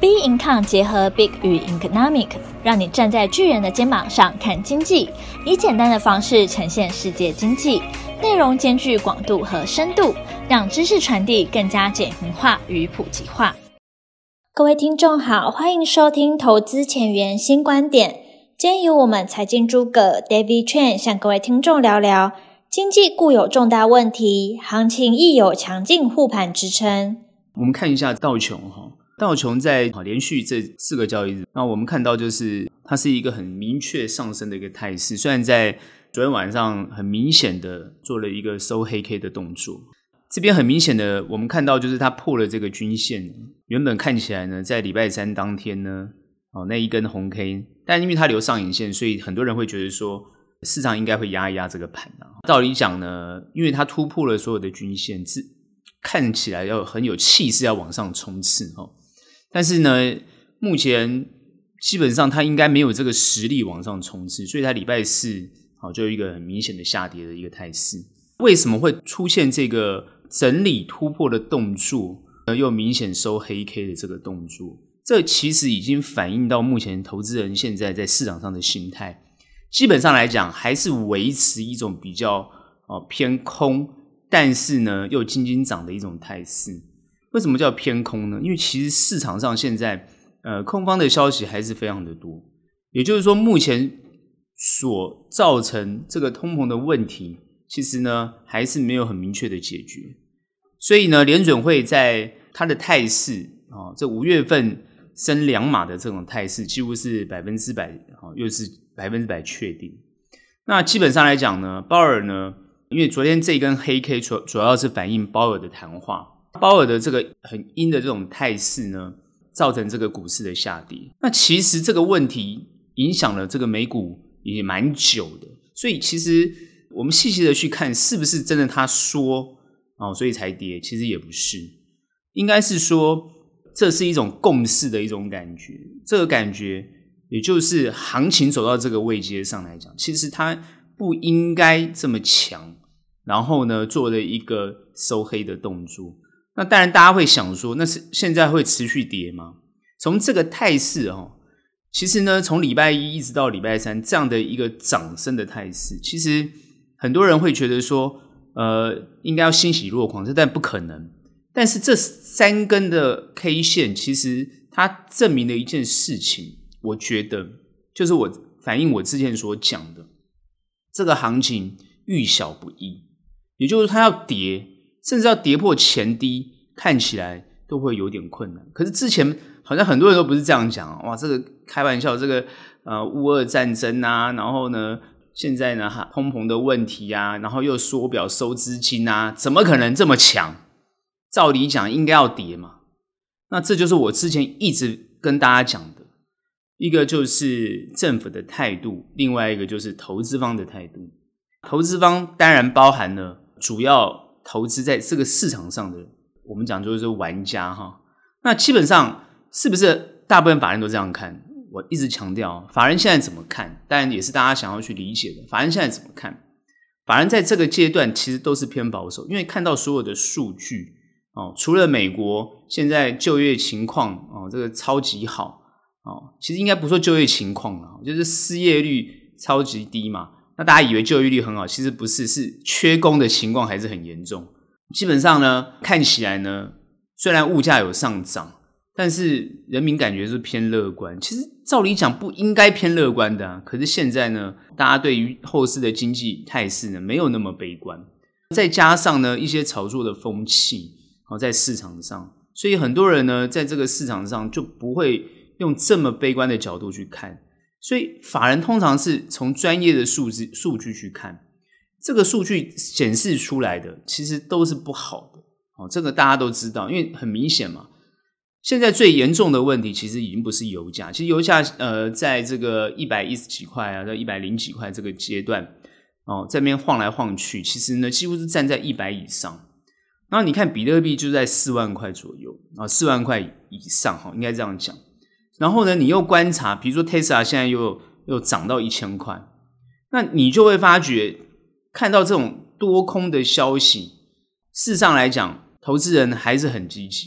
Big Income 结合 Big 与 Economic， 让你站在巨人的肩膀上看经济，以简单的方式呈现世界经济，内容兼具广度和深度，让知识传递更加简明化与普及化。各位听众好，欢迎收听投资前沿新观点。今天由我们财经诸葛 David Chen 向各位听众聊聊，经济固有重大问题，行情亦有强劲护盘支撑。 我们看一下道琼道琼在连续这4个交易日，那我们看到就是它是一个很明确上升的一个态势，虽然在昨天晚上很明显的做了一个收黑 K 的动作，这边很明显的我们看到就是它破了这个均线，原本看起来呢在礼拜三当天呢那一根红 K， 但因为它留上影线，所以很多人会觉得说市场应该会压一压这个盘道理讲呢，因为它突破了所有的均线，看起来要很有气势要往上冲刺但是呢目前基本上它应该没有这个实力往上冲刺，所以它礼拜四就有一个很明显的下跌的一个态势。为什么会出现这个整理突破的动作又明显收黑 K 的这个动作？这其实已经反映到目前投资人现在在市场上的心态，基本上来讲还是维持一种比较偏空，但是呢又轻轻涨的一种态势。为什么叫偏空呢？因为其实市场上现在空方的消息还是非常的多，也就是说目前所造成这个通膨的问题其实呢还是没有很明确的解决。所以呢联准会在它的态势这5月份升2码的这种态势几乎是100%又是100%确定。那基本上来讲呢，鲍尔呢因为昨天这根黑 K 主要是反映鲍尔的谈话，鲍尔的这个很阴的这种态势呢造成这个股市的下跌。那其实这个问题影响了这个美股也蛮久的，所以其实我们细细的去看是不是真的他说所以才跌，其实也不是，应该是说这是一种共识的一种感觉，这个感觉也就是行情走到这个位阶上来讲，其实它不应该这么强，然后呢做了一个收黑的动作。那当然大家会想说，那是现在会持续跌吗？从这个态势其实呢从礼拜一一直到礼拜三这样的一个涨升的态势，其实很多人会觉得说应该要欣喜若狂，但不可能。但是这3根的 K 线其实它证明了一件事情，我觉得就是反映我之前所讲的，这个行情遇小不易，也就是它要跌，甚至要跌破前低，看起来都会有点困难。可是之前好像很多人都不是这样讲哇，这个开玩笑，这个乌俄战争啊，然后呢现在呢通膨的问题啊，然后又缩表收资金啊，怎么可能这么强？照理讲应该要跌嘛。那这就是我之前一直跟大家讲的，一个就是政府的态度，另外一个就是投资方的态度。投资方当然包含了主要投资在这个市场上的，我们讲就是玩家那基本上是不是大部分法人都这样看？我一直强调法人现在怎么看，当然也是大家想要去理解的。法人现在怎么看？法人在这个阶段其实都是偏保守，因为看到所有的数据除了美国现在就业情况这个超级好其实应该不说就业情况就是失业率超级低嘛。那大家以为就业率很好，其实不是，是缺工的情况还是很严重。基本上呢看起来呢虽然物价有上涨，但是人民感觉是偏乐观。其实照理讲不应该偏乐观的可是现在呢大家对于后市的经济态势呢没有那么悲观，再加上呢一些炒作的风气在市场上，所以很多人呢在这个市场上就不会用这么悲观的角度去看。所以法人通常是从专业的数据去看，这个数据显示出来的其实都是不好的这个大家都知道，因为很明显嘛，现在最严重的问题其实已经不是油价，其实油价在这个110几块在100几块这个阶段在那边晃来晃去，其实呢几乎是站在100以上。然后你看比特币就在4万块左右4万块以上应该这样讲。然后呢你又观察比如说 Tesla 现在又涨到1000块，那你就会发觉看到这种多空的消息，事实上来讲投资人还是很积极，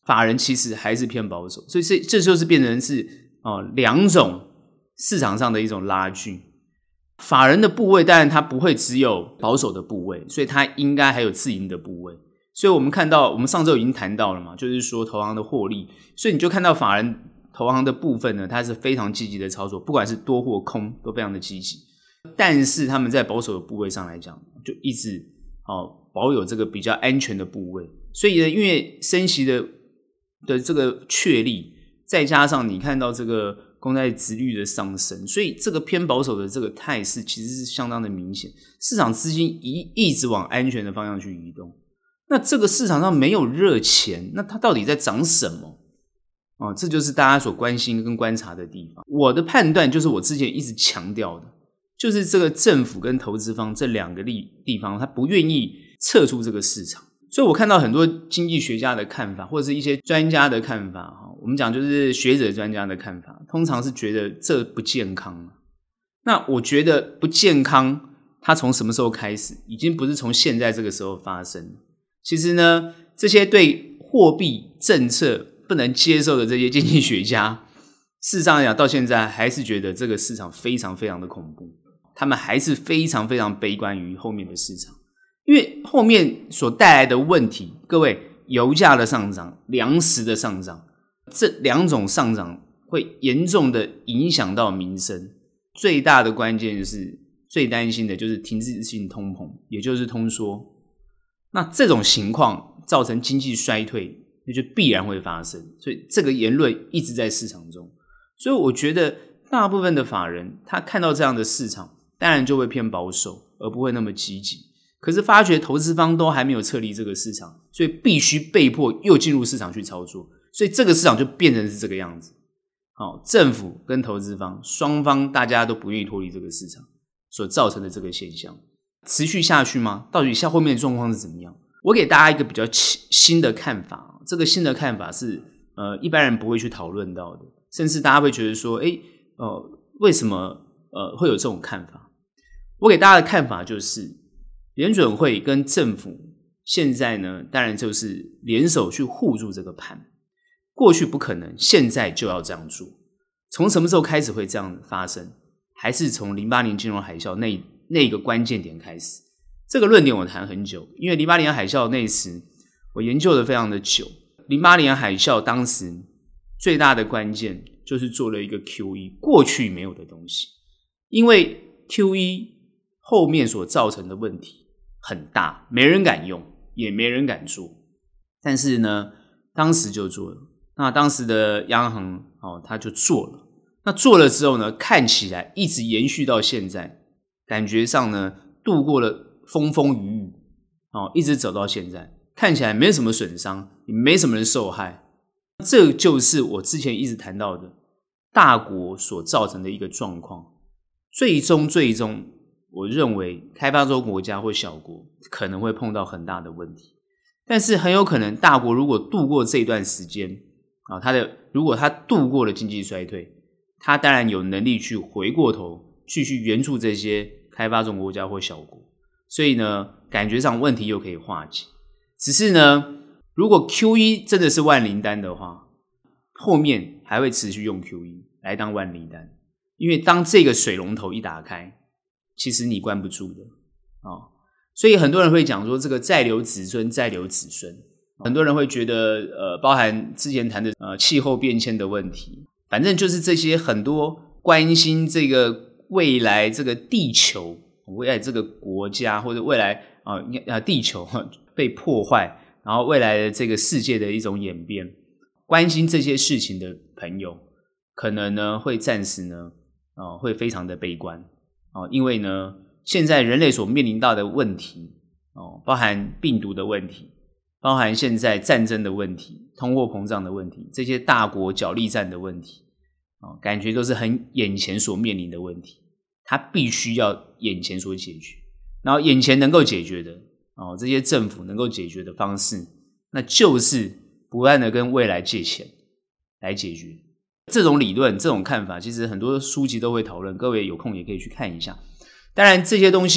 法人其实还是偏保守，所以这就是变成是两种市场上的一种拉锯。法人的部位当然它不会只有保守的部位，所以它应该还有自营的部位。所以我们看到，我们上周已经谈到了嘛，就是说投行的获利，所以你就看到法人投行的部分呢，它是非常积极的操作，不管是多或空都非常的积极。但是他们在保守的部位上来讲，就一直保有这个比较安全的部位。所以呢，因为升息的这个确立，再加上你看到这个公债殖利率的上升，所以这个偏保守的这个态势其实是相当的明显，市场资金一直往安全的方向去移动。那这个市场上没有热钱，那它到底在涨什么？这就是大家所关心跟观察的地方。我的判断就是我之前一直强调的，就是这个政府跟投资方这两个地方，他不愿意撤出这个市场。所以我看到很多经济学家的看法，或者是一些专家的看法，我们讲就是学者专家的看法，通常是觉得这不健康。那我觉得不健康，它从什么时候开始？已经不是从现在这个时候发生。其实呢，这些对货币政策不能接受的这些经济学家，事实上来讲到现在还是觉得这个市场非常非常的恐怖，他们还是非常非常悲观于后面的市场。因为后面所带来的问题，各位，油价的上涨，粮食的上涨，这两种上涨会严重的影响到民生。最大的关键就是最担心的就是停滞性通膨，也就是通缩。那这种情况造成经济衰退，那就必然会发生。所以这个言论一直在市场中。所以我觉得大部分的法人他看到这样的市场，当然就会偏保守，而不会那么积极。可是发觉投资方都还没有撤离这个市场，所以必须被迫又进入市场去操作，所以这个市场就变成是这个样子。政府跟投资方双方大家都不愿意脱离这个市场所造成的这个现象，持续下去吗？到底后面的状况是怎么样？我给大家一个比较新的看法，这个新的看法是一般人不会去讨论到的，甚至大家会觉得说为什么会有这种看法？我给大家的看法就是联准会跟政府现在呢，当然就是联手去护住这个盘。过去不可能，现在就要这样做。从什么时候开始会这样发生？还是从08年金融海啸那个关键点开始。这个论点我谈很久，因为08年海啸那时我研究的非常的久。08年海啸当时最大的关键就是做了一个 QE， 过去没有的东西。因为 QE 后面所造成的问题很大，没人敢用，也没人敢做。但是呢，当时就做了。那当时的央行他就做了。那做了之后呢，看起来一直延续到现在，感觉上呢度过了风风雨雨，一直走到现在，看起来没什么损伤，也没什么人受害。这就是我之前一直谈到的大国所造成的一个状况。最终我认为开发中国家或小国可能会碰到很大的问题，但是很有可能大国如果度过这段时间如果他度过了经济衰退，他当然有能力去回过头继续援助这些开发中国家或小国，所以呢感觉上问题又可以化解。只是呢，如果 QE 真的是万灵丹的话，后面还会持续用 QE 来当万灵丹，因为当这个水龙头一打开，其实你关不住的所以很多人会讲说这个再留子孙，再留子孙。很多人会觉得包含之前谈的气候变迁的问题，反正就是这些很多关心这个未来这个地球，未来这个国家或者未来地球被破坏，然后未来的这个世界的一种演变，关心这些事情的朋友可能呢会暂时呢会非常的悲观因为呢现在人类所面临到的问题包含病毒的问题，包含现在战争的问题，通货膨胀的问题，这些大国角力战的问题感觉都是很眼前所面临的问题，它必须要眼前所解决。然后眼前能够解决的这些政府能够解决的方式，那就是不断的跟未来借钱来解决。这种理论这种看法其实很多书籍都会讨论，各位有空也可以去看一下。当然这些东西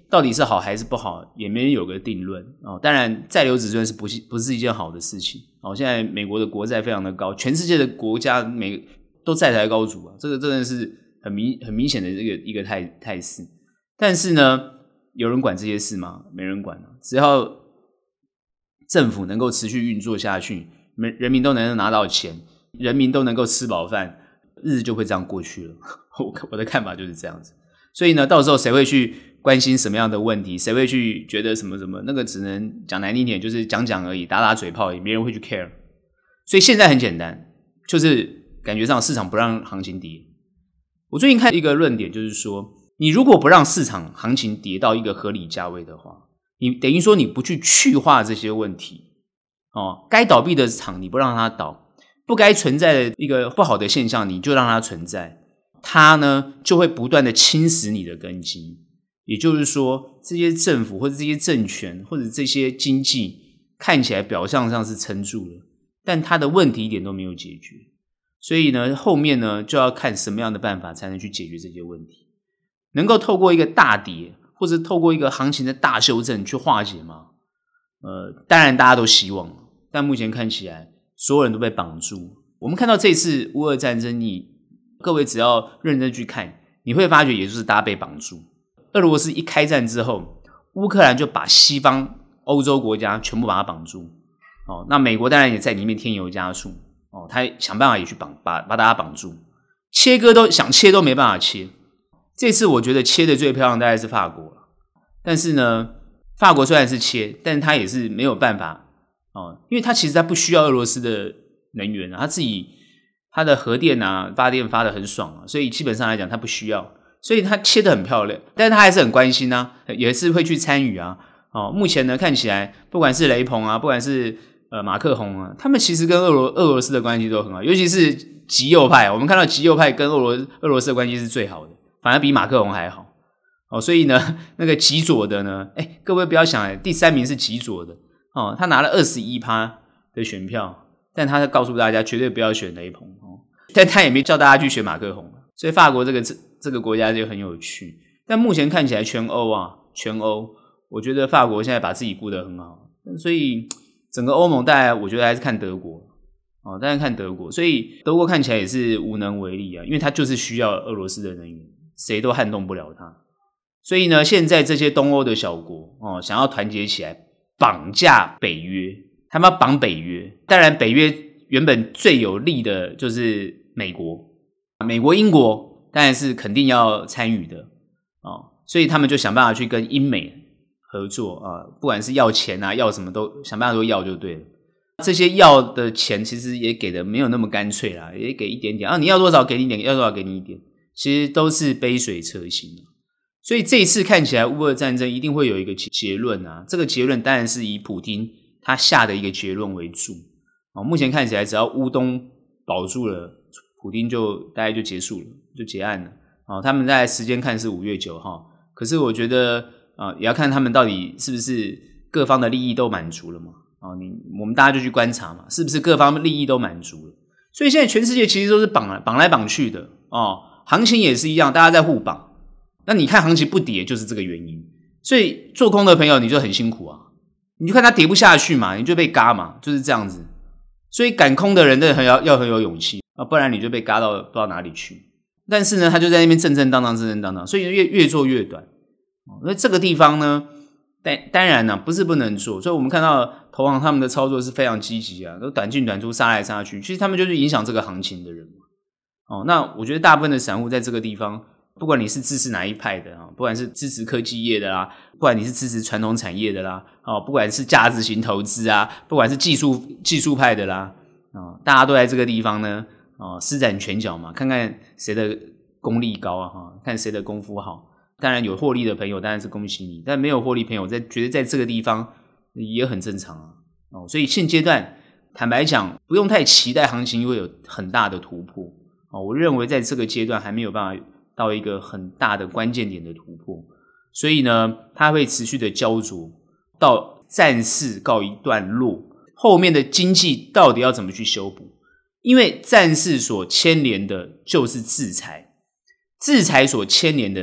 到底是好还是不好，也没人有个定论哦。当然，债留子孙是不是一件好的事情哦。现在美国的国债非常的高，全世界的国家都债台高筑啊，这个真的是很明显的一个态势。但是呢，有人管这些事吗？没人管啊。只要政府能够持续运作下去，人民都能够拿到钱，人民都能够吃饱饭，日子就会这样过去了。我的看法就是这样子。所以呢，到时候谁会去关心什么样的问题，谁会去觉得什么那个只能讲难听点，就是讲而已，打嘴炮，也没人会去 care。所以现在很简单，就是感觉上市场不让行情跌。我最近看一个论点，就是说你如果不让市场行情跌到一个合理价位的话，你等于说你不去去化这些问题哦，该倒闭的厂你不让它倒，不该存在的一个不好的现象你就让它存在，它呢就会不断的侵蚀你的根基。也就是说，这些政府或者这些政权或者这些经济看起来表象上是撑住了，但它的问题一点都没有解决。所以呢，后面呢就要看什么样的办法才能去解决这些问题。能够透过一个大跌或者透过一个行情的大修正去化解吗？当然大家都希望，但目前看起来所有人都被绑住。我们看到这次乌俄战争，各位只要认真去看，你会发觉也就是大家被绑住。俄罗斯一开战之后，乌克兰就把西方欧洲国家全部把它绑住。那美国当然也在里面添油加醋。他想办法也去把大家绑住，切割都想切都没办法切。这次我觉得切的最漂亮大概是法国了，但是呢，法国虽然是切，但是他也是没有办法因为他其实他不需要俄罗斯的能源啊，他的核电啊发电发得很爽啊，所以基本上来讲他不需要，所以他切得很漂亮，但是他还是很关心啊，也是会去参与啊。目前呢看起来不管是雷朋啊，不管是马克宏啊，他们其实跟俄罗斯的关系都很好，尤其是极右派，我们看到极右派跟俄罗斯的关系是最好的，反而比马克宏还好。所以呢，那个极左的呢，各位不要想第3名是极左的他拿了21%的选票，但他告诉大家绝对不要选雷朋但他也没叫大家去选马克宏，所以法国这个国家就很有趣。但目前看起来全欧，我觉得法国现在把自己顾得很好，所以整个欧盟大概我觉得还是看德国当然看德国，所以德国看起来也是无能为力啊，因为他就是需要俄罗斯的能源，谁都撼动不了他。所以呢，现在这些东欧的小国想要团结起来绑架北约，他们要绑北约。当然北约原本最有利的就是美国英国当然是肯定要参与的所以他们就想办法去跟英美合作不管是要钱啊要什么都想办法都要就对了。这些要的钱其实也给的没有那么干脆啦，也给一点点你要多少给你一点，要多少给你一点，其实都是杯水车薪所以这一次看起来乌俄战争一定会有一个结论这个结论当然是以普丁他下的一个结论为主目前看起来只要乌东保住了，普丁大概就结束了，就结案了他们在时间看是5月9号，可是我觉得也要看他们到底是不是各方的利益都满足了嘛我们大家就去观察嘛，是不是各方利益都满足了。所以现在全世界其实都是绑来绑去的行情也是一样，大家在互绑。那你看行情不跌就是这个原因，所以做空的朋友你就很辛苦你就看它跌不下去嘛，你就被嘎嘛，就是这样子。所以敢空的人真的要很有勇气不然你就被嘎到不知道哪里去。但是呢他就在那边震震荡荡，所以越做越短那这个地方呢当然不是不能做，所以我们看到投行他们的操作是非常积极都短进短出杀来杀去，其实他们就是影响这个行情的人那我觉得大部分的散户在这个地方，不管你是支持哪一派的不管是支持科技业的啦，不管你是支持传统产业的啦不管是价值型投资不管是技术派的啦大家都在这个地方呢施展拳脚嘛，看看谁的功力高看谁的功夫好。当然有获利的朋友当然是恭喜你，但没有获利朋友觉得在这个地方也很正常所以现阶段坦白讲不用太期待行情会有很大的突破我认为在这个阶段还没有办法到一个很大的关键点的突破，所以呢它会持续的焦灼到战事告一段落，后面的经济到底要怎么去修补，因为战事所牵连的就是制裁所牵连的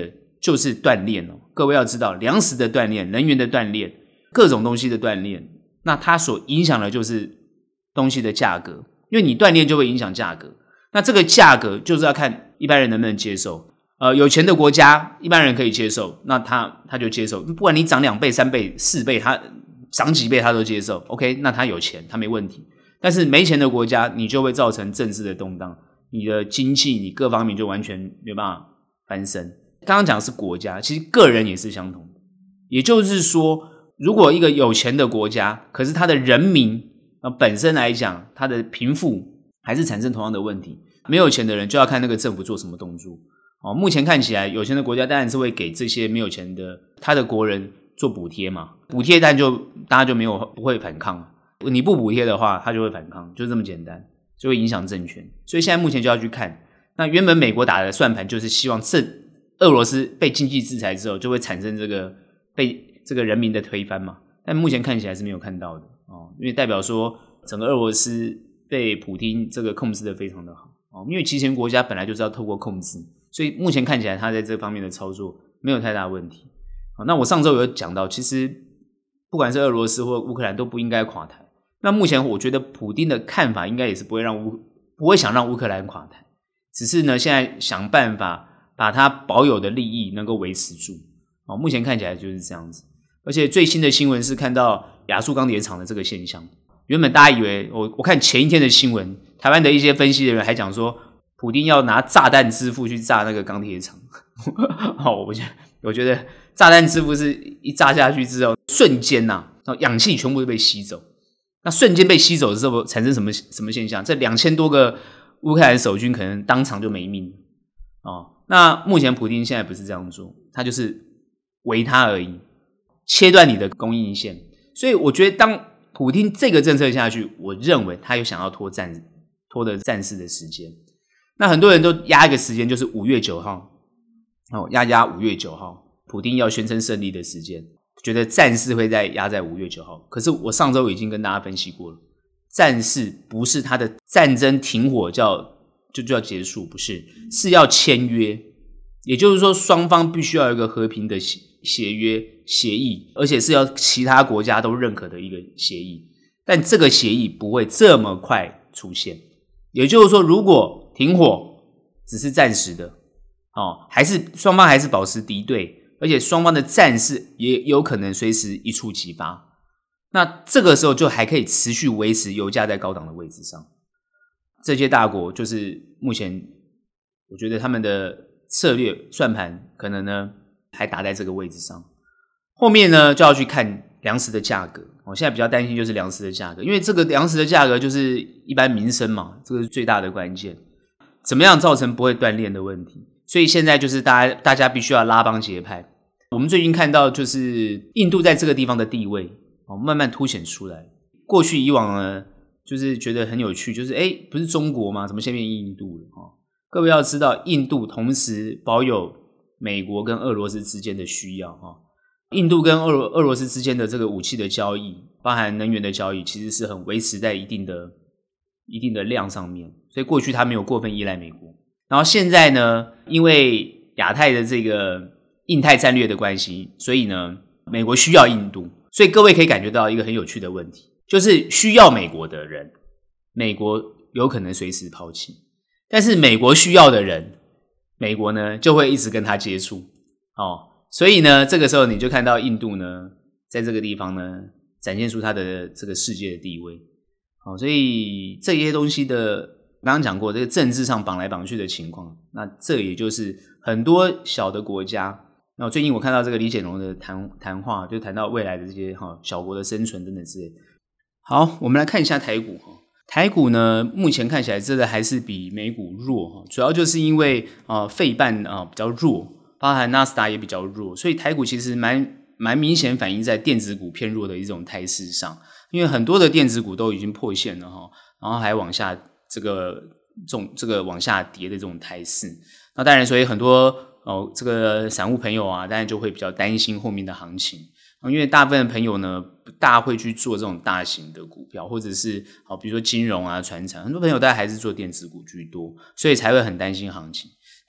就是锻炼哦。各位要知道，粮食的锻炼、能源的锻炼、各种东西的锻炼，那它所影响的就是东西的价格，因为你锻炼就会影响价格。那这个价格就是要看一般人能不能接受。有钱的国家一般人可以接受，那他就接受，不管你涨2倍、3倍、4倍，他涨几倍他都接受。OK， 那他有钱，他没问题。但是没钱的国家，你就会造成政治的动荡，你的经济、你各方面就完全没办法翻身。刚刚讲的是国家，其实个人也是相同的。也就是说，如果一个有钱的国家，可是他的人民本身来讲，他的贫富还是产生同样的问题。没有钱的人就要看那个政府做什么动作。目前看起来，有钱的国家当然是会给这些没有钱的他的国人做补贴嘛，补贴但就大家就不会反抗。你不补贴的话，他就会反抗，就这么简单，就会影响政权。所以现在目前就要去看，那原本美国打的算盘就是希望俄罗斯被经济制裁之后，就会产生被这个人民的推翻嘛。但目前看起来是没有看到的因为代表说整个俄罗斯被普丁这个控制的非常的好因为集权国家本来就是要透过控制。所以目前看起来他在这方面的操作没有太大问题。那我上周有讲到，其实不管是俄罗斯或乌克兰都不应该垮台。那目前我觉得普丁的看法应该也是不会想让乌克兰垮台，只是呢现在想办法把他保有的利益能够维持住。目前看起来就是这样子。而且最新的新闻是看到亚速钢铁厂的这个现象。原本大家以为我看前一天的新闻，台湾的一些分析的人还讲说普丁要拿炸弹之父去炸那个钢铁厂我觉得炸弹之父是一炸下去之后瞬间氧气全部都被吸走。那瞬间被吸走之后产生什么现象？这2000多个乌克兰守军可能当场就没命那目前普丁现在不是这样做，他就是围他而已，切断你的供应线。所以我觉得当普丁这个政策下去，我认为他有想要拖的战事的时间。那很多人都压一个时间，就是5月9号压5月9号普丁要宣称胜利的时间，觉得战事会压在5月9号。可是我上周已经跟大家分析过了，战事不是他的战争停火就要结束，不是，是要签约。也就是说双方必须要有一个和平的协议，而且是要其他国家都认可的一个协议。但这个协议不会这么快出现。也就是说，如果停火只是暂时的还是双方还是保持敌对，而且双方的战事也有可能随时一触即发，那这个时候就还可以持续维持油价在高档的位置上。这些大国就是目前我觉得他们的策略算盘可能呢还打在这个位置上。后面呢就要去看粮食的价格。我现在比较担心就是粮食的价格，因为这个粮食的价格就是一般民生嘛，这个是最大的关键。怎么样造成不会断链的问题？所以现在就是大家必须要拉帮结派。我们最近看到就是印度在这个地方的地位慢慢凸显出来。过去以往呢就是觉得很有趣，就是不是中国吗？怎么现在变印度了各位要知道，印度同时保有美国跟俄罗斯之间的需要印度跟俄罗斯之间的这个武器的交易，包含能源的交易，其实是很维持在一定的量上面，所以过去它没有过分依赖美国。然后现在呢，因为亚太的这个印太战略的关系，所以呢美国需要印度。所以各位可以感觉到一个很有趣的问题，就是需要美国的人，美国有可能随时抛弃，但是美国需要的人，美国呢就会一直跟他接触所以呢这个时候你就看到印度呢在这个地方呢展现出它的这个世界的地位所以这些东西的刚刚讲过，这个政治上绑来绑去的情况，那这也就是很多小的国家。那最近我看到这个李显龙的谈话，就谈到未来的这些小国的生存等等之类。好，我们来看一下台股台股呢目前看起来真的还是比美股弱主要就是因为费半比较弱，包含纳斯达也比较弱，所以台股其实蛮明显反映在电子股偏弱的一种态势上。因为很多的电子股都已经破线了然后还往下这个往下跌的这种态势。那当然所以很多这个散户朋友当然就会比较担心后面的行情因为大部分的朋友呢不大会去做这种大型的股票，或者是比如说金融传产，很多朋友大概还是做电子股居多，所以才会很担心行情。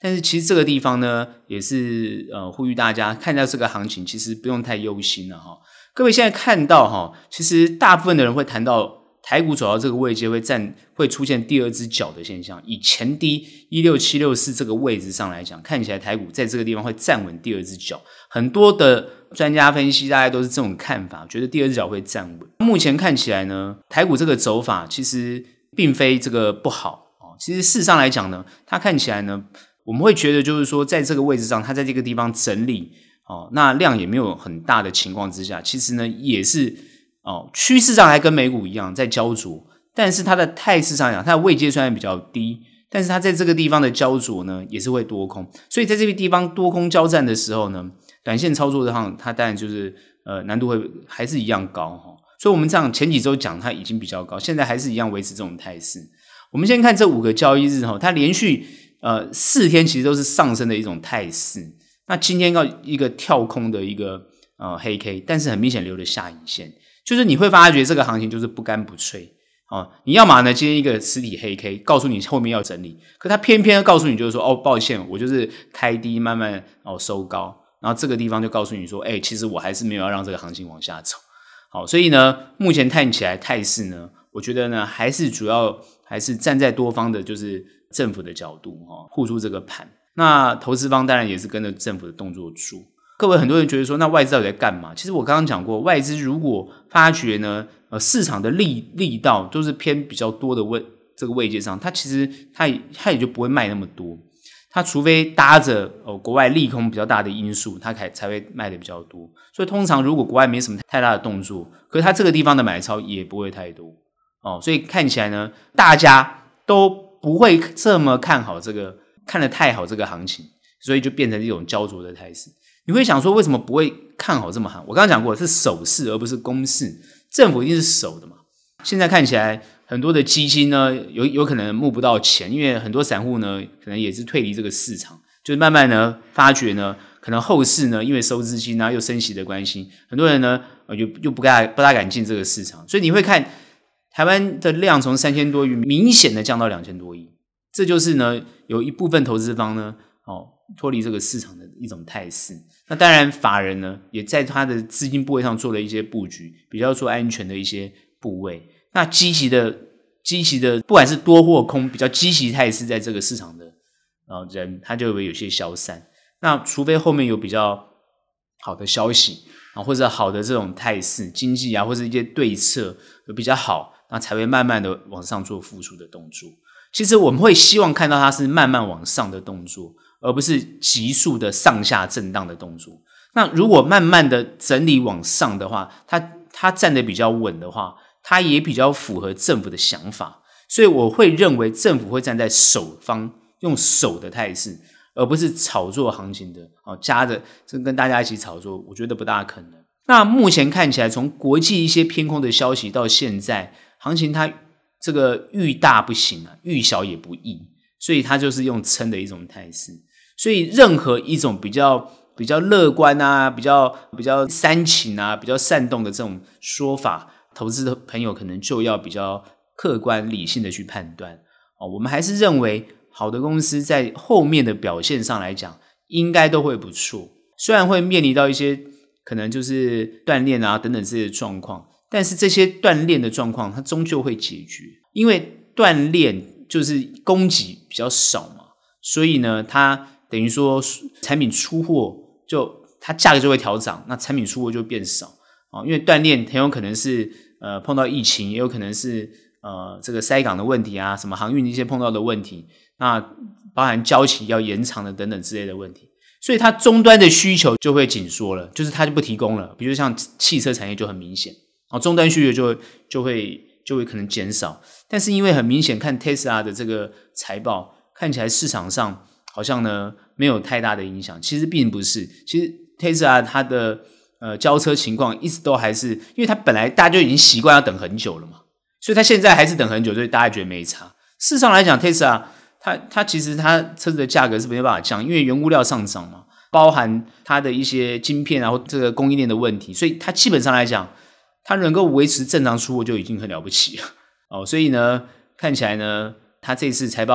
但是其实这个地方呢，也是呼吁大家看到这个行情，其实不用太忧心了哈。各位现在看到哈，其实大部分的人会谈到台股走到这个位阶会出现第二只脚的现象。以前低16764这个位置上来讲，看起来台股在这个地方会站稳第二只脚。很多的专家分析大概都是这种看法，觉得第二只脚会站稳。目前看起来呢，台股这个走法其实并非这个不好。其实事实上来讲呢，它看起来呢，我们会觉得就是说在这个位置上，它在这个地方整理那量也没有很大的情况之下，其实呢也是趋势上还跟美股一样在焦灼，但是它的态势上来讲，它的位阶虽然比较低，但是它在这个地方的焦灼呢也是会多空，所以在这个地方多空交战的时候呢，短线操作上它当然就是难度会还是一样高所以我们这样前几周讲它已经比较高，现在还是一样维持这种态势。我们先看这5个交易日它连续4天其实都是上升的一种态势。那今天要一个跳空的一个黑 K， 但是很明显留了下影线，就是你会发觉这个行情就是不干不脆你要嘛呢今天一个实体黑 K 告诉你后面要整理，可它偏偏告诉你就是说抱歉，我就是开低慢慢收高，然后这个地方就告诉你说其实我还是没有要让这个行情往下走。好，所以呢目前看起来态势呢，我觉得呢还是主要还是站在多方的就是政府的角度护住这个盘，那投资方当然也是跟着政府的动作做。各位很多人觉得说那外资到底在干嘛？其实我刚刚讲过，外资如果发觉呢市场的力道都是偏比较多的这个位阶上，它其实它也就不会卖那么多，它除非搭着国外利空比较大的因素，它才会卖的比较多。所以通常如果国外没什么太大的动作，可是它这个地方的买超也不会太多所以看起来呢大家都不会这么看得太好这个行情，所以就变成一种焦灼的态势。你会想说为什么不会看好这么行？我刚刚讲过是守势而不是攻势，政府一定是守的嘛。现在看起来很多的基金呢有可能募不到钱，因为很多散户呢可能也是退离这个市场，就是慢慢呢发觉呢可能后市呢因为收资金又升息的关系，很多人呢就不大敢进这个市场，所以你会看台湾的量从3000多亿明显的降到2000多亿，这就是呢有一部分投资方呢脱离这个市场的一种态势。那当然法人呢也在他的资金部位上做了一些布局，比较做安全的一些部位。那积极的不管是多或空比较积极态势在这个市场的人，他就会有些消散。那除非后面有比较好的消息或者好的这种态势经济或者一些对策有比较好，那才会慢慢的往上做复苏的动作。其实我们会希望看到它是慢慢往上的动作，而不是急速的上下震荡的动作。那如果慢慢的整理往上的话，它站得比较稳的话，它也比较符合政府的想法。所以我会认为政府会站在守方，用守的态势，而不是炒作行情的加着跟大家一起炒作，我觉得不大可能。那目前看起来从国际一些偏空的消息到现在，行情它这个欲大不行欲小也不易，所以它就是用撑的一种态势。所以任何一种比较乐观比较煽情比较煽动的这种说法，投资的朋友可能就要比较客观理性的去判断我们还是认为好的公司在后面的表现上来讲应该都会不错，虽然会面临到一些可能就是断链等等这些状况，但是这些断链的状况它终究会解决，因为断链就是供给比较少嘛，所以呢它等于说产品出货它价格就会调涨，那产品出货就变少因为断链很有可能是碰到疫情，也有可能是这个塞港的问题什么航运一些碰到的问题，那包含交期要延长的等等之类的问题，所以它终端的需求就会紧缩了，就是它就不提供了。比如像汽车产业就很明显终端需求就会可能减少，但是因为很明显看 Tesla 的这个财报，看起来市场上好像呢没有太大的影响，其实并不是。其实 Tesla 它的交车情况一直都还是，因为它本来大家就已经习惯要等很久了嘛，所以它现在还是等很久，所以大家觉得没差。事实上来讲 Tesla 它其实它车子的价格是没办法降，因为原物料上涨嘛，包含它的一些晶片或这个供应链的问题，所以它基本上来讲它能够维持正常出货就已经很了不起了所以呢看起来呢它这次财报不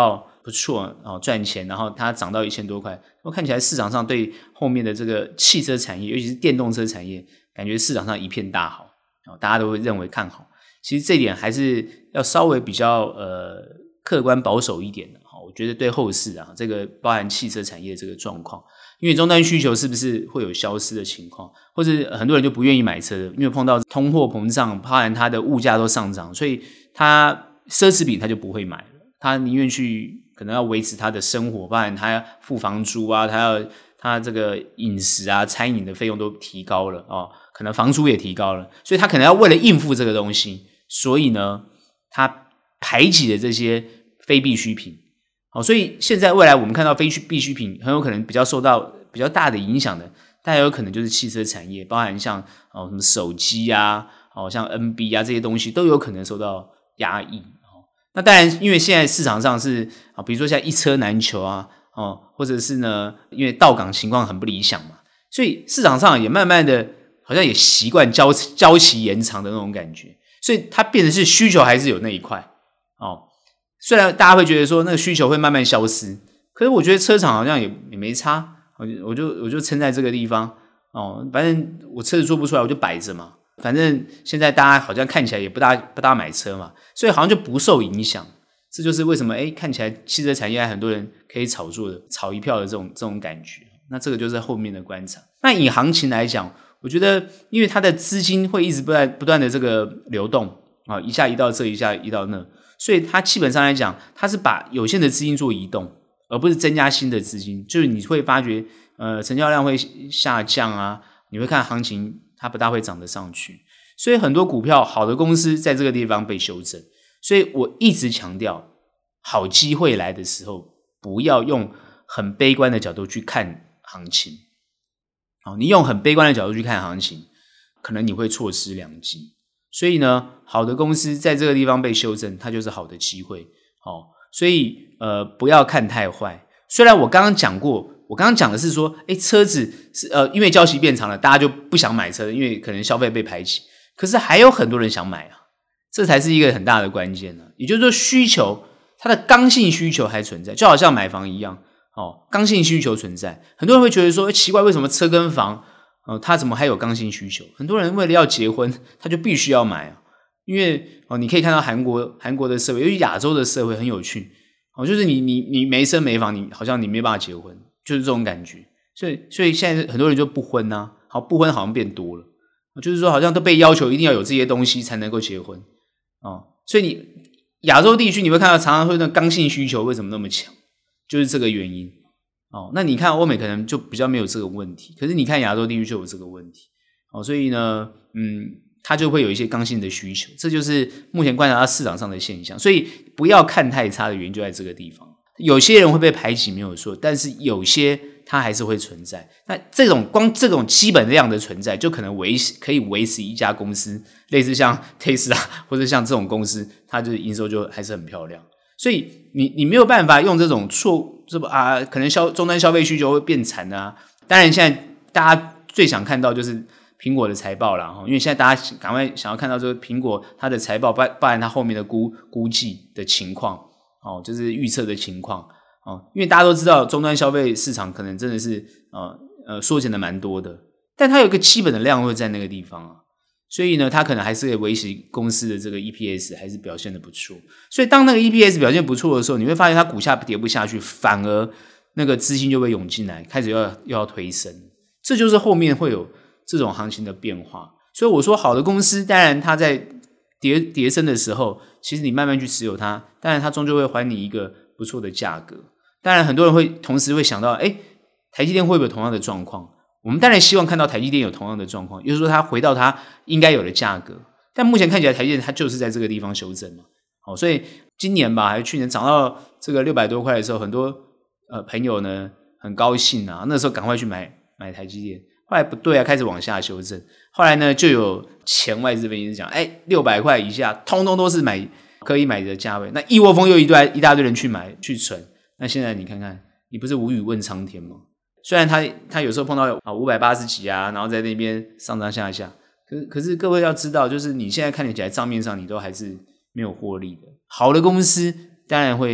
不错赚钱，然后它涨到1000多块，我看起来市场上对后面的这个汽车产业，尤其是电动车产业，感觉市场上一片大好，大家都会认为看好。其实这点还是要稍微比较客观保守一点的，我觉得对后市这个包含汽车产业这个状况，因为终端需求是不是会有消失的情况，或者很多人就不愿意买车的，因为碰到通货膨胀，包含它的物价都上涨，所以他奢侈品他就不会买了，他宁愿去可能要维持他的生活，包含他要付房租啊，他这个饮食啊餐饮的费用都提高了可能房租也提高了，所以他可能要为了应付这个东西，所以呢他排挤了这些非必需品。所以现在未来我们看到非必需品很有可能比较受到比较大的影响的，大概有可能就是汽车产业，包含像什么手机啊像 NB 啊这些东西都有可能受到压抑。那当然因为现在市场上是比如说像一车难求或者是呢因为到港情况很不理想嘛，所以市场上也慢慢的好像也习惯交期延长的那种感觉，所以它变成是需求还是有那一块虽然大家会觉得说那个需求会慢慢消失，可是我觉得车厂好像也没差，我就撑在这个地方反正我车子做不出来我就摆着嘛，反正现在大家好像看起来也不大买车嘛，所以好像就不受影响。这就是为什么看起来汽车产业还很多人可以炒作的，炒一票的这种感觉。那这个就是后面的观察。那以行情来讲，我觉得因为它的资金会一直不断的这个流动一下移到这一下移到那，所以它基本上来讲它是把有限的资金做移动，而不是增加新的资金。就是你会发觉成交量会下降你会看行情它不大会涨得上去，所以很多股票好的公司在这个地方被修正。所以我一直强调好机会来的时候不要用很悲观的角度去看行情你用很悲观的角度去看行情可能你会错失良机。所以呢好的公司在这个地方被修正它就是好的机会所以不要看太坏。虽然我刚刚讲过，我刚刚讲的是说车子是因为交期变长了大家就不想买车，因为可能消费被排挤，可是还有很多人想买这才是一个很大的关键也就是说需求它的刚性需求还存在，就好像买房一样刚性需求存在。很多人会觉得说奇怪为什么车跟房它怎么还有刚性需求？很多人为了要结婚他就必须要买因为你可以看到韩国的社会，尤其亚洲的社会很有趣就是你没车没房，你好像你没办法结婚，就是这种感觉。所以现在很多人就不婚不婚好像变多了，就是说好像都被要求一定要有这些东西才能够结婚所以你亚洲地区你会看到常常会那刚性需求为什么那么强，就是这个原因那你看欧美可能就比较没有这个问题，可是你看亚洲地区就有这个问题所以呢它就会有一些刚性的需求，这就是目前观察到市场上的现象。所以不要看太差的原因就在这个地方，有些人会被排挤没有错，但是有些它还是会存在。那光这种基本量的存在就可能可以维持一家公司，类似像 Tesla 或者像这种公司它就是营收就还是很漂亮。所以你没有办法用这种可能终端消费需求会变惨当然现在大家最想看到就是苹果的财报啦因为现在大家赶快想要看到这个苹果它的财报包含它后面的估计的情况就是预测的情况因为大家都知道终端消费市场可能真的是缩减的蛮多的，但它有一个基本的量会在那个地方所以呢它可能还是可以维持公司的这个 EPS 还是表现的不错。所以当那个 EPS 表现不错的时候，你会发现它股价跌不下去，反而那个资金就会涌进来，开始又要推升，这就是后面会有这种行情的变化。所以我说好的公司当然它在跌升的时候，其实你慢慢去持有它，当然它终究会还你一个不错的价格。当然很多人会同时会想到台积电会不会有同样的状况，我们当然希望看到台积电有同样的状况，也就是说它回到它应该有的价格，但目前看起来台积电它就是在这个地方修正嘛所以今年吧还是去年涨到这个600多块的时候，很多朋友呢很高兴那时候赶快去买台积电，后来不对开始往下修正，后来呢就有前外资分析师讲600块以下通通都是可以买的价位，那一窝蜂又一大堆人去买去存，那现在你看看你不是无语问苍天吗？虽然他有时候碰到580几然后在那边上上下下，可是各位要知道，就是你现在看起来账面上你都还是没有获利的。好的公司当然会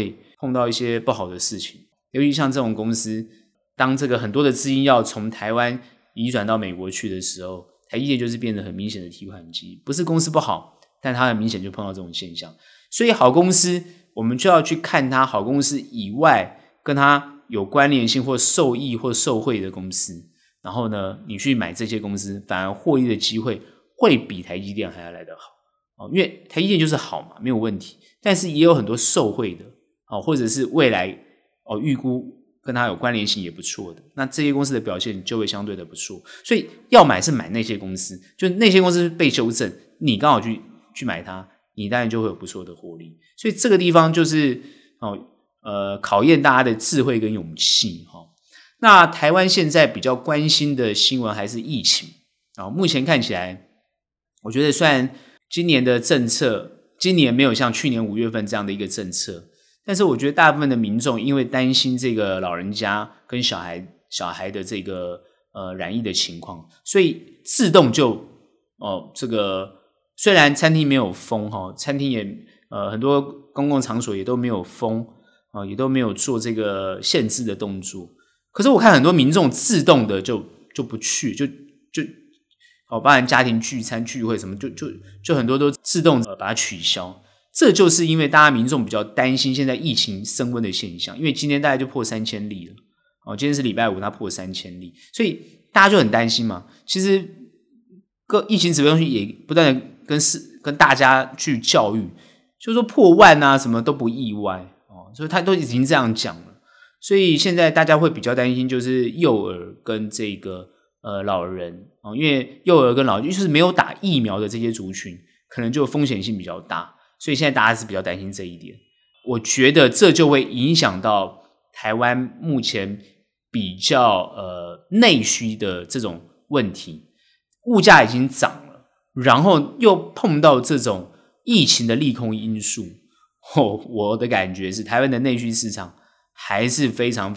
碰到一些不好的事情，尤其像这种公司，当这个很多的资金要从台湾移转到美国去的时候，台积电就是变得很明显的提款机，不是公司不好，但它很明显就碰到这种现象。所以好公司我们就要去看它好公司以外跟它有关联性或受益或受惠的公司，然后呢你去买这些公司，反而获利的机会会比台积电还要来得好，因为台积电就是好嘛，没有问题，但是也有很多受惠的，或者是未来预估跟它有关联性也不错的，那这些公司的表现就会相对的不错。所以要买是买那些公司，就那些公司被修正，你刚好去买它，你当然就会有不错的获利。所以这个地方就是考验大家的智慧跟勇气。那台湾现在比较关心的新闻还是疫情，目前看起来我觉得虽然今年的政策今年没有像去年5月份这样的一个政策，但是我觉得大部分的民众因为担心这个老人家跟小孩的这个染疫的情况，所以自动就这个虽然餐厅没有封餐厅也很多公共场所也都没有封也都没有做这个限制的动作，可是我看很多民众自动的就不去，就包含家庭聚餐聚会什么就很多都自动把它取消。这就是因为大家民众比较担心现在疫情升温的现象，因为今天大概就破3000例了今天是礼拜五，它破3000例，所以大家就很担心嘛。其实各疫情指标中心也不断的跟大家去教育，就是说破万啊什么都不意外所以他都已经这样讲了。所以现在大家会比较担心就是幼儿跟这个老人因为幼儿跟老人就是没有打疫苗的这些族群可能就风险性比较大，所以现在大家是比较担心这一点。我觉得这就会影响到台湾目前比较内需的这种问题，物价已经涨了，然后又碰到这种疫情的利空因素我的感觉是台湾的内需市场还是非常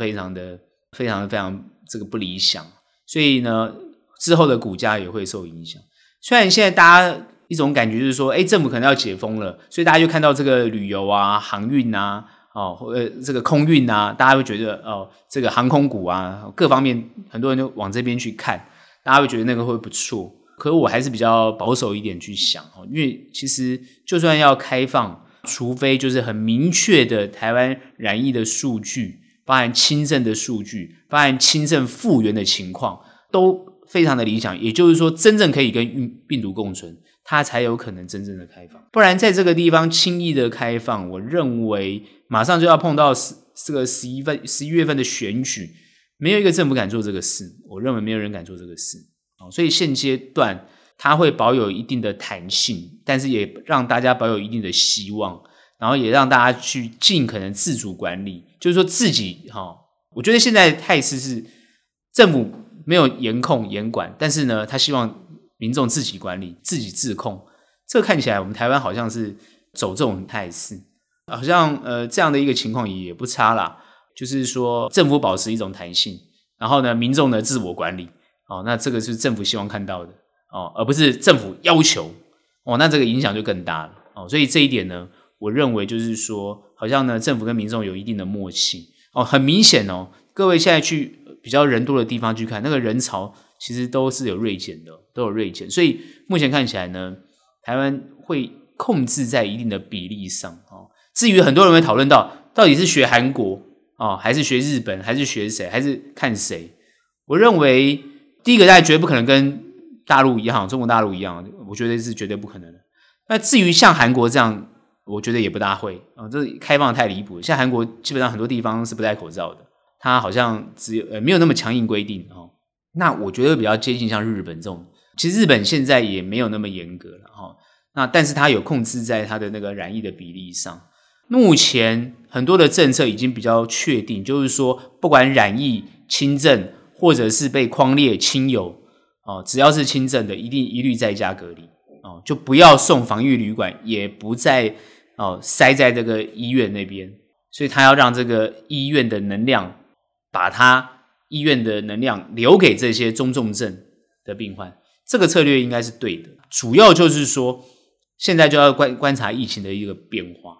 这个不理想，所以呢之后的股价也会受影响。虽然现在大家一种感觉就是说政府可能要解封了，所以大家就看到这个旅游啊航运啊这个空运啊，大家会觉得这个航空股啊各方面很多人就往这边去看，大家会觉得那个会不错。可是我还是比较保守一点去想因为其实就算要开放，除非就是很明确的台湾染疫的数据，包含轻症的数据，包含轻症复原的情况都非常的理想，也就是说真正可以跟病毒共存，它才有可能真正的开放。不然在这个地方轻易的开放，我认为马上就要碰到这个11月份的选举，没有一个政府敢做这个事，我认为没有人敢做这个事所以现阶段它会保有一定的弹性，但是也让大家保有一定的希望，然后也让大家去尽可能自主管理，就是说自己我觉得现在的态势是政府没有严控严管，但是呢他希望民众自己管理自己自控。这个看起来我们台湾好像是走这种态势，好像这样的一个情况也不差啦，就是说政府保持一种弹性，然后呢民众呢自我管理那这个是政府希望看到的而不是政府要求那这个影响就更大了所以这一点呢我认为就是说好像呢政府跟民众有一定的默契很明显各位现在去比较人多的地方去看，那个人潮其实都是有锐减的，都有锐减，所以目前看起来呢台湾会控制在一定的比例上至于很多人会讨论到底是学韩国还是学日本还是学谁还是看谁，我认为第一个大家绝对不可能跟大陆一样，中国大陆一样，我觉得是绝对不可能的。那至于像韩国这样，我觉得也不大会这开放的太离谱。像韩国基本上很多地方是不戴口罩的，它好像没有那么强硬规定那我觉得比较接近像日本这种，其实日本现在也没有那么严格了那但是它有控制在它的那个染疫的比例上。目前很多的政策已经比较确定，就是说不管染疫轻症或者是被匡列亲友只要是轻症的一律在家隔离就不要送防疫旅馆，也不再塞在这个医院那边，所以他要让这个医院的能量，把他医院的能量留给这些中重症的病患，这个策略应该是对的。主要就是说现在就要观察疫情的一个变化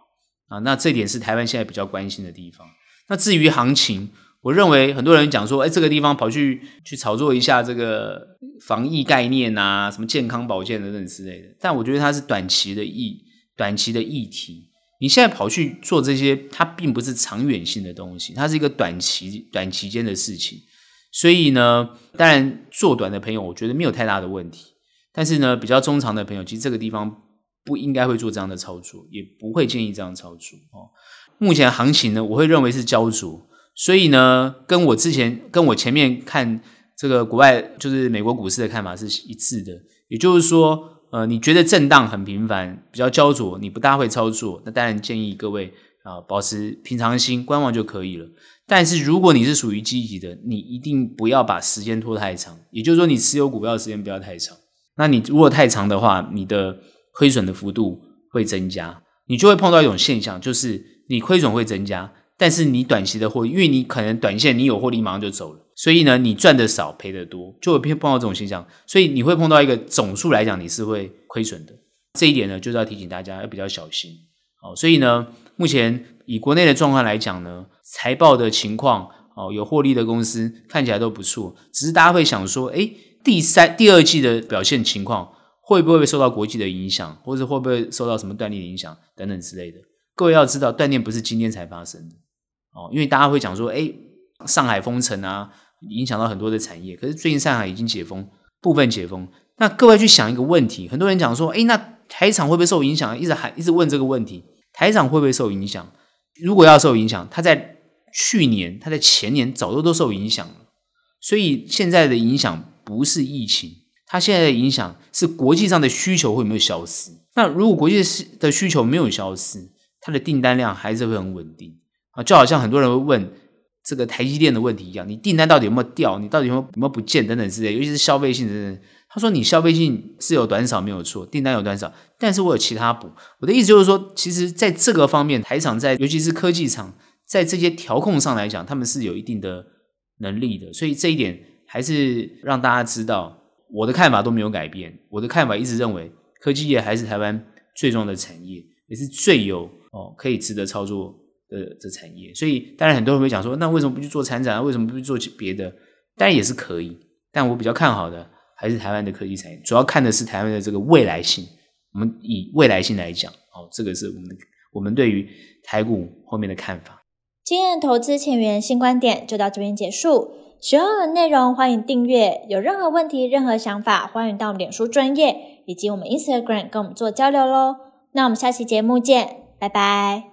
那这点是台湾现在比较关心的地方。那至于行情，我认为很多人讲说这个地方跑去炒作一下这个防疫概念啊，什么健康保健等等之类的，但我觉得它是短期的议题。你现在跑去做这些，它并不是长远性的东西，它是一个短期间的事情。所以呢，当然做短的朋友我觉得没有太大的问题，但是呢，比较中长的朋友其实这个地方不应该会做这样的操作，也不会建议这样操作目前行情呢，我会认为是焦灼，所以呢，跟我前面看这个国外就是美国股市的看法是一致的。也就是说你觉得震荡很频繁，比较焦灼，你不大会操作，那当然建议各位保持平常心，观望就可以了。但是如果你是属于积极的，你一定不要把时间拖太长，也就是说你持有股票的时间不要太长。那你如果太长的话，你的亏损的幅度会增加，你就会碰到一种现象，就是你亏损会增加，但是你短期的获利，因为你可能短线你有获利马上就走了，所以呢你赚的少赔的多，就会碰到这种现象，所以你会碰到一个总数来讲你是会亏损的。这一点呢就是要提醒大家要比较小心所以呢目前以国内的状况来讲呢，财报的情况有获利的公司看起来都不错，只是大家会想说第二季的表现情况会不会受到国际的影响，或者会不会受到什么断裂的影响等等之类的。各位要知道断裂不是今天才发生的因为大家会讲说上海封城啊，影响到很多的产业，可是最近上海已经解封，部分解封。那各位去想一个问题，很多人讲说那台厂会不会受影响，一直问这个问题，台厂会不会受影响？如果要受影响，它在去年它在前年早都受影响了。所以现在的影响不是疫情，它现在的影响是国际上的需求会没有消失。那如果国际的需求没有消失，它的订单量还是会很稳定就好像很多人会问这个台积电的问题一样，你订单到底有没有掉，你到底有没有不见等等之类，尤其是消费性等等。他说你消费性是有短少没有错，订单有短少，但是我有其他补。我的意思就是说，其实在这个方面，台厂尤其是科技厂在这些调控上来讲，他们是有一定的能力的。所以这一点还是让大家知道，我的看法都没有改变。我的看法一直认为科技业还是台湾最重要的产业，也是最有可以值得操作的产业。所以当然很多人会讲说，那为什么不去做产展，为什么不去做别的？当然也是可以，但我比较看好的还是台湾的科技产业，主要看的是台湾的这个未来性。我们以未来性来讲这个是我们对于台股后面的看法。 今天的投资前沿新观点就到这边结束，喜欢我的内容欢迎订阅，有任何问题任何想法欢迎到我们脸书专页以及我们 Instagram 跟我们做交流咯。那我们下期节目见，拜拜。